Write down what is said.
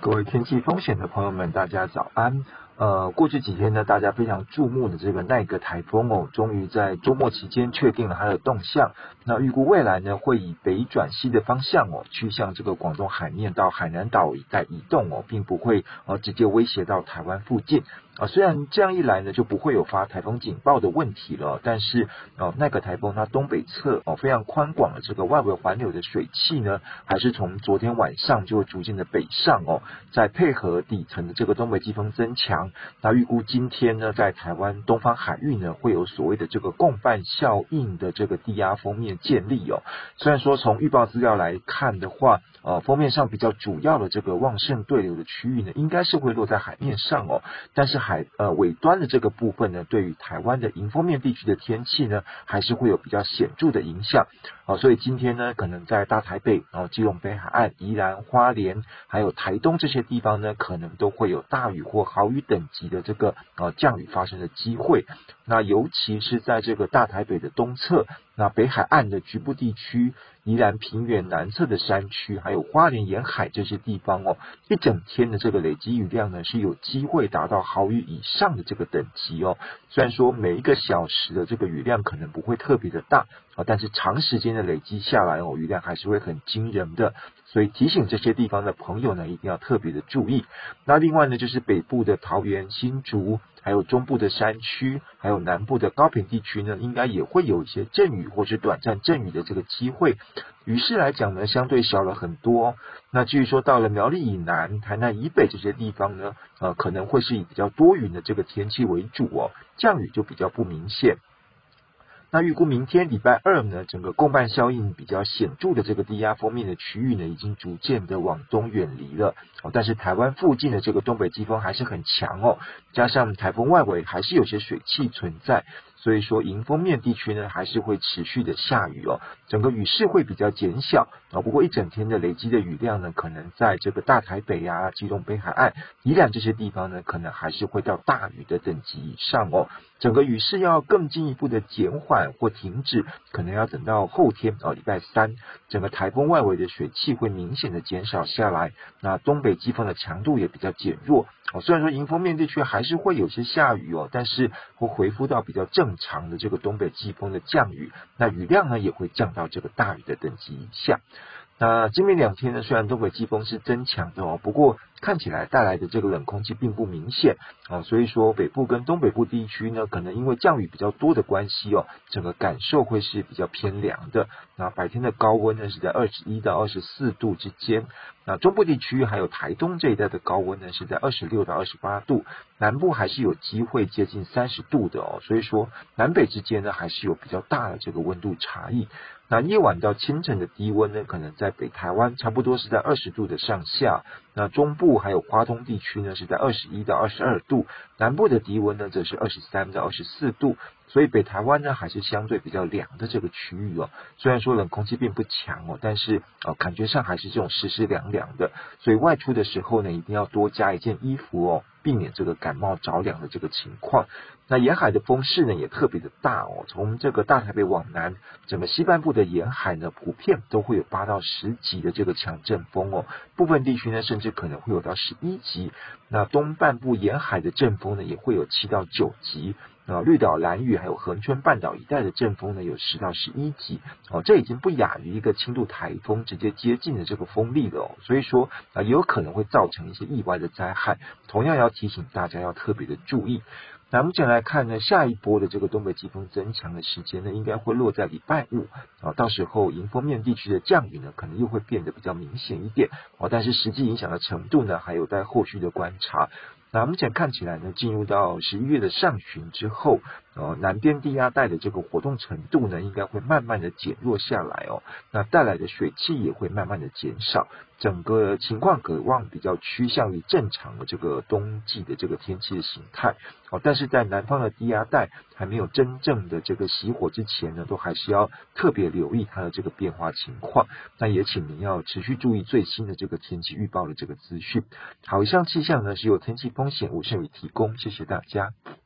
各位天气风险的朋友们，大家早安。过去几天呢，大家非常注目的这个奈格台风哦，终于在周末期间确定了它的动向。那预估未来呢，会以北转西的方向哦，去向这个广东海面到海南岛一带移动哦，并不会直接威胁到台湾附近。虽然这样一来呢，就不会有发台风警报的问题了，但是奈格台风它东北侧非常宽广的这个外围环流的水汽呢，还是从昨天晚上就逐渐的北上哦，再配合底层的这个东北季风增强，那预估今天呢，在台湾东方海域呢，会有所谓的这个共伴效应的这个低压锋面建立哦。虽然说从预报资料来看的话，锋面上比较主要的这个旺盛对流的区域呢，应该是会落在海面上哦，但是尾端的这个部分呢，对于台湾的迎风面地区的天气呢，还是会有比较显著的影响。所以今天呢，可能在大台北、基隆北海岸、宜兰、花莲，还有台东这些地方呢，可能都会有大雨或豪雨等级的这个降雨发生的机会。那尤其是在这个大台北的东侧，那北海岸的局部地区、宜兰平原南侧的山区，还有花莲沿海这些地方哦，一整天的这个累积雨量呢，是有机会达到豪雨以上的这个等级哦。虽然说每一个小时的这个雨量可能不会特别的大，但是长时间的累积下来雨量还是会很惊人的。所以提醒这些地方的朋友呢，一定要特别的注意。那另外呢，就是北部的桃园、新竹，还有中部的山区，还有南部的高屏地区呢，应该也会有一些阵雨或是短暂阵雨的这个机会。雨势来讲呢，相对小了很多。那至于说到了苗栗以南、台南以北这些地方呢，可能会是以比较多云的这个天气为主哦，降雨就比较不明显。那预估明天礼拜二呢，整个共伴效应比较显著的这个低压锋面的区域呢，已经逐渐的往东远离了。但是台湾附近的这个东北季风还是很强哦，加上台风外围还是有些水汽存在，所以说迎风面地区呢还是会持续的下雨哦，整个雨势会比较减小不过一整天的累积的雨量呢，可能在这个大台北啊、基隆北海岸、宜兰这些地方呢，可能还是会到大雨的等级以上哦。整个雨势要更进一步的减缓或停止，可能要等到后天礼拜三，整个台风外围的水汽会明显的减少下来，那东北季风的强度也比较减弱虽然说迎风面地区还是会有些下雨但是会恢复到比较正常的这个东北季风的降雨，那雨量呢也会降到这个大雨的等级以下。那今明两天呢，虽然东北季风是增强的不过看起来带来的这个冷空气并不明显所以说北部跟东北部地区呢，可能因为降雨比较多的关系整个感受会是比较偏凉的。那白天的高温呢是在21到24度之间，那中部地区还有台东这一带的高温呢是在26到28度，南部还是有机会接近30度的所以说南北之间呢还是有比较大的这个温度差异。那夜晚到清晨的低温呢，可能在北台湾差不多是在20度的上下，那中部还有花东地区呢是在21到22度，南部的低温呢则是23到24度，所以北台湾呢还是相对比较凉的这个区域虽然说冷空气并不强但是感觉上还是这种湿湿凉凉的，所以外出的时候呢，一定要多加一件衣服避免这个感冒着凉的这个情况。那沿海的风势呢也特别的大从这个大台北往南，整个西半部的沿海呢普遍都会有8到10级的这个强阵风部分地区呢甚至可能会有到11级。那东半部沿海的阵风呢也会有7到9级。绿岛、兰屿还有恒春半岛一带的阵风呢有10到11级这已经不亚于一个轻度台风直接接近的这个风力了所以说也有可能会造成一些意外的灾害，同样要提醒大家要特别的注意。那目前来看呢，下一波的这个东北季风增强的时间呢，应该会落在礼拜五到时候迎风面地区的降雨呢，可能又会变得比较明显一点但是实际影响的程度呢，还有待后续的观察。那目前看起来呢，进入到11月的上旬之后南边低压带的这个活动程度呢，应该会慢慢的减弱下来那带来的水汽也会慢慢的减少，整个情况渴望比较趋向于正常的这个冬季的这个天气的形态但是在南方的低压带还没有真正的这个熄火之前呢，都还是要特别留意它的这个变化情况。那也请您要持续注意最新的这个天气预报的这个资讯。好，以上气象呢是由天气风险吴胜宇提供，谢谢大家。